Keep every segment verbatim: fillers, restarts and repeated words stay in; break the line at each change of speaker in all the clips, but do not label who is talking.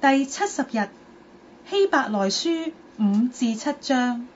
第七十日，希伯來書五至七章。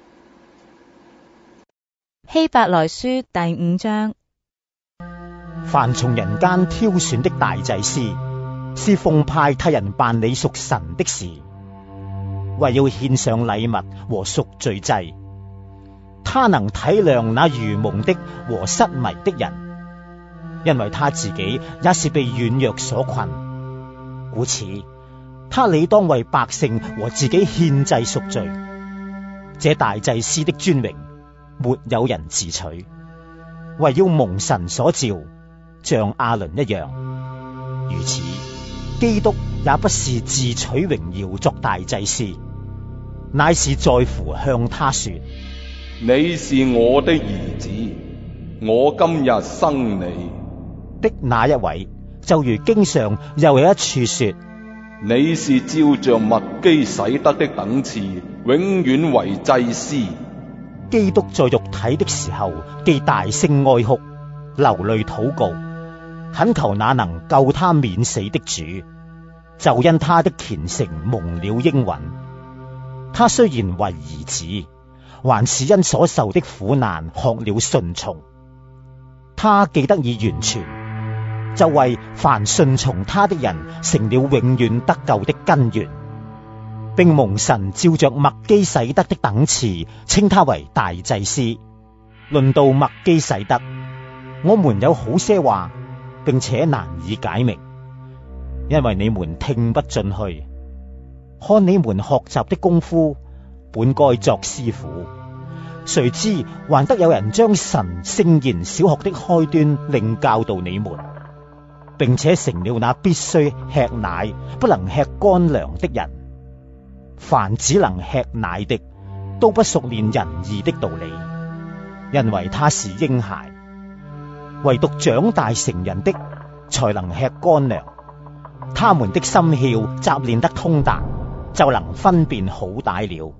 希伯來書第五章。
凡從人間挑選的大祭司，是奉派替人辦理屬神的事，為要獻上禮物和贖罪祭。他能體諒那愚蒙的和失迷的人，因為他自己也是被軟弱所困，故此他理當為百姓和自己獻祭贖罪。這大祭司的尊榮沒有人自取，為要蒙神所召，像亞倫一樣。如此，基督也不是自取榮耀作大祭司，乃是在乎向他說：
你是我的兒子，我今日生你
的那一位。就如經上又有一處說：
你是照着麥基洗德的等次，永遠為祭司。
基督在肉體的時候，既大聲哀哭，流淚禱告，懇求那能救他免死的主，就因他的虔誠蒙了應允。他雖然為兒子，還是因所受的苦難學了順從。他既得以完全，就為凡順從他的人成了永遠得救的根源，並蒙神照着麥基洗德的等次稱他為大祭司。論到麥基洗德，我們有好些話，並且難以解明，因為你們聽不進去。看你們學習的功夫，本該作師傅，誰知還得有人將神聖言小學的開端另教導你們，並且成了那必須吃奶不能吃乾糧的人。凡只能吃奶的，都不熟練仁義的道理，因為他是嬰孩。唯獨長大成人的，才能吃乾糧。他們的心竅習練得通達，就能分辨好歹了。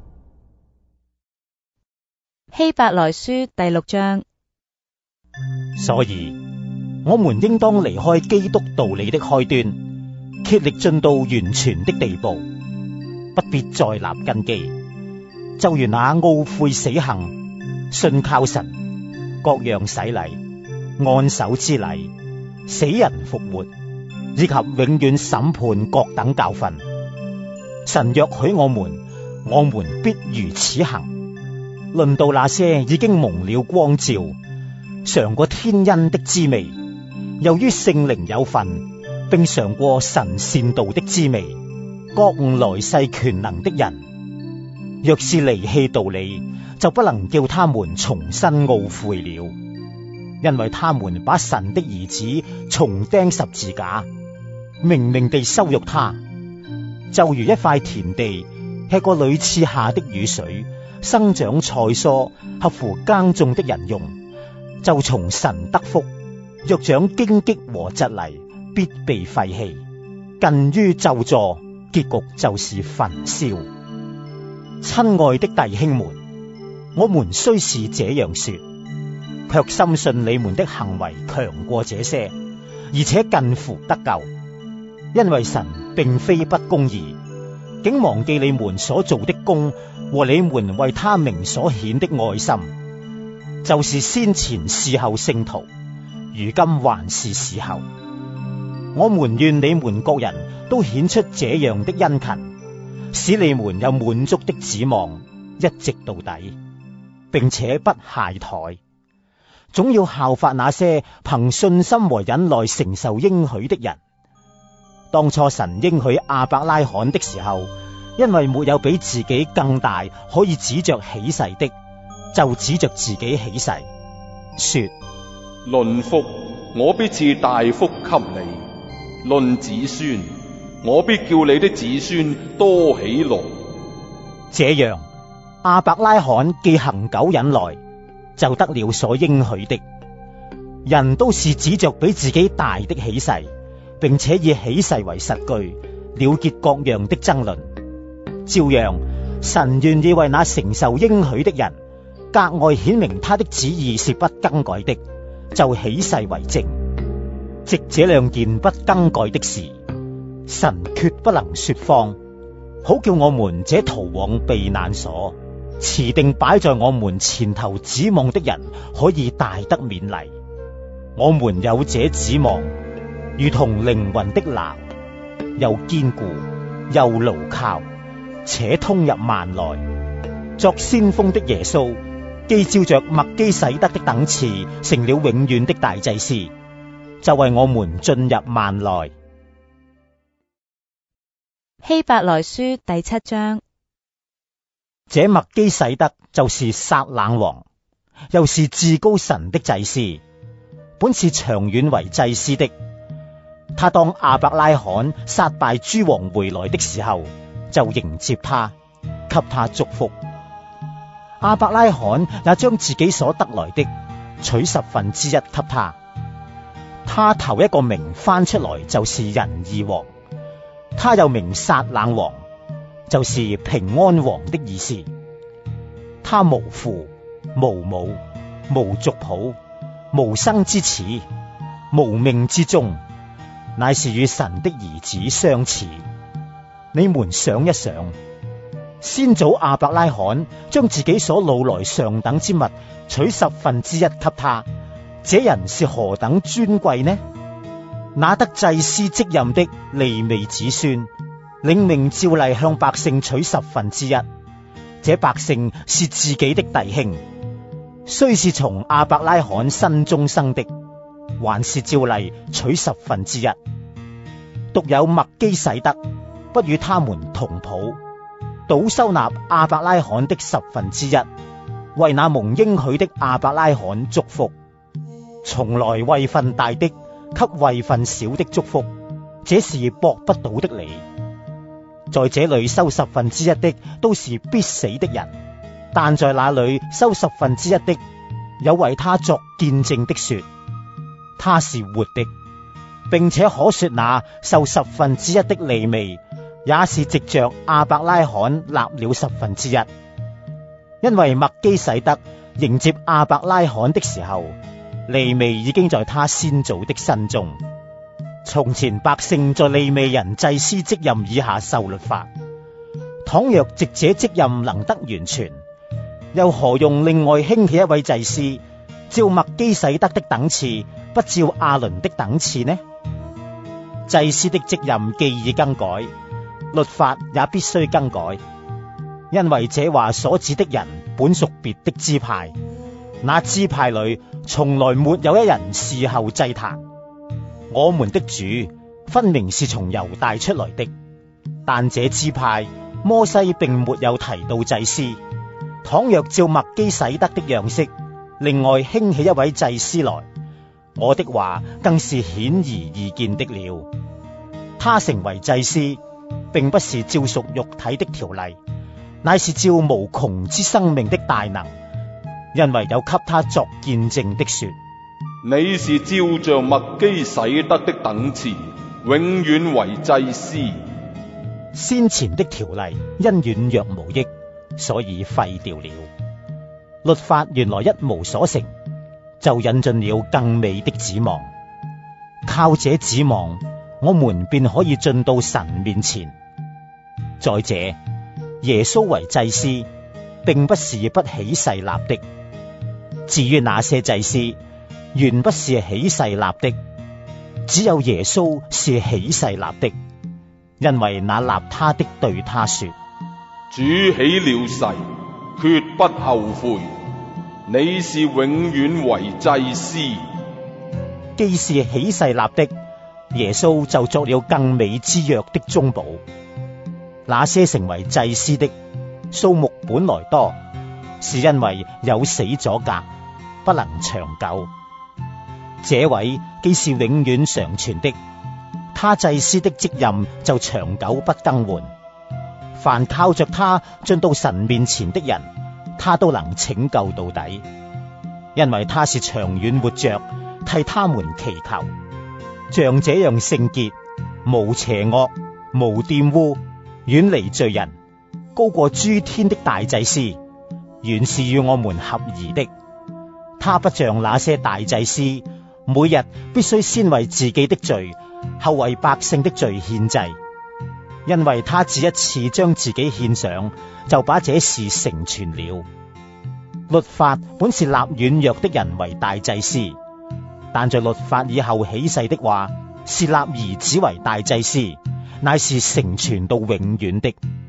希伯來書第六章。
所以我們應當離開基督道理的開端，竭力進到完全的地步，不必再立根基。就如那懊悔死行、信靠神、各樣洗禮、按手之禮、死人復活，以及永遠審判各等教訓。神若許我們，我們必如此行。論到那些已經蒙了光照、嘗過天恩的滋味，由於聖靈有份，並嘗過神善道的滋味，覺悟來世權能的人，若是離棄道理，就不能叫他們重新懊悔了，因為他們把神的兒子重釘十字架，明明地羞辱他，就如一塊田地吃過屢次下的雨水，生長菜蔬，合乎耕種的人用，就從神得福；若長荊棘和蒺藜，必被廢棄，近於咒詛，結局就是焚燒。親愛的弟兄們，我們雖是這樣說，卻深信你們的行為強過這些，而且近乎得救。因為神並非不公義，竟忘記你們所做的工和你們為他名所顯的愛心，就是先前伺候聖徒，如今還是伺候。我們願你們各人都顯出這樣的殷勤，使你們有滿足的指望，一直到底，並且不懈怠。總要效法那些憑信心和忍耐承受應許的人。當初神應許亞伯拉罕的時候，因為沒有比自己更大可以指着起誓的，就指着自己起誓，說：
論福，我必賜大福給你；論子孫，我必叫你的子孫多喜樂。
這樣，亞伯拉罕既恒久忍耐，就得了所應許的。人都是指着比自己大的起誓，並且以起誓為實據，了結各樣的爭論。照樣，神願意為那承受應許的人，格外顯明他的旨意是不更改的，就起誓為證。藉這兩件不更改的事， 神決不能說謊，好叫我們這逃往避難所，持定擺在我們前頭指望的人，可以大得勉勵。我們有這指望，如同靈魂的錨，又堅固又牢靠，且通入幔內。作先鋒的耶穌，既照着麥基洗德的等次，成了永遠的大祭司，就為我們進入幔內。
希伯來書第七章。
這麥基洗德就是撒冷王，又是至高神的祭司，本是長遠為祭司的。他當亞伯拉罕殺敗諸王回來的時候，就迎接他，給他祝福。亞伯拉罕也將自己所得來的取十分之一給他。他頭一個名翻出來就是仁義王，他又名撒冷王，就是平安王的意思。他無父無母無族譜無生之始無命之終，乃是與神的兒子相似。你們想一想，先祖亞伯拉罕將自己所擄來上等之物取十分之一給他，這人是何等尊貴呢？那得祭司職任的利未子孫，領命照例向百姓取十分之一，這百姓是自己的弟兄，雖是從亞伯拉罕身中生的，還是照例取十分之一。獨有麥基洗德不與他們同譜，倒收納亞伯拉罕的十分之一，為那蒙應許的亞伯拉罕祝福。從來位份大的給位份小的祝福，這是駁不倒的理。在這裏收十分之一的都是必死的人，但在那裏收十分之一的，有為他作見證的說，他是活的，並且可說那受十分之一的利未，也是藉着亞伯拉罕納了十分之一。因為麥基洗德迎接亞伯拉罕的時候，利未已經在他先祖的身中。從前百姓在利未人祭司職任以下受律法，倘若藉這職任能得完全，又何用另外興起一位祭司，照麥基洗德的等次，不照亞倫的等次呢？祭司的職任既已更改，律法也必須更改，因為這話所指的人本屬別的支派，那支派裏從來沒有一人侍候祭壇。我們的主分明是從猶大出來的，但這支派摩西並沒有提到祭司。倘若照麥基洗德的樣式，另外興起一位祭司來，我的話更是顯而易見的了。他成為祭司，並不是照屬肉體的條例，乃是照無窮之生命的大能，因為有給他作見證的說，
你是照着麥基洗德的等次，永遠為祭司。
先前的條例因軟弱無益，所以廢掉了。律法原來一無所成，就引進了更美的指望。靠這指望，我們便可以進到神面前。再者，耶穌為祭司，並不是不起誓立的。至於那些祭司，原不是起誓立的，只有耶穌是起誓立的，因為那立他的對他說：
主起了誓，決不後悔，你是永遠為祭司。
既是起誓立的，耶穌就作了更美之約的中保。那些成為祭司的數目本來多，是因為有死阻隔，不能長久。這位既是永遠常存的，他祭司的職任就長久不更換。凡靠着他進到神面前的人，他都能拯救到底，因為他是長遠活着，替他們祈求。像這樣聖潔、無邪惡、無玷污、遠離罪人、高過諸天的大祭司，原是與我們合宜的。他不像那些大祭司，每日必須先為自己的罪後為百姓的罪獻祭，因為他只一次將自己獻上，就把這事成全了。律法本是立軟弱的人為大祭司，但在律法以後起誓的話，是立兒子為大祭司，乃是成全到永遠的。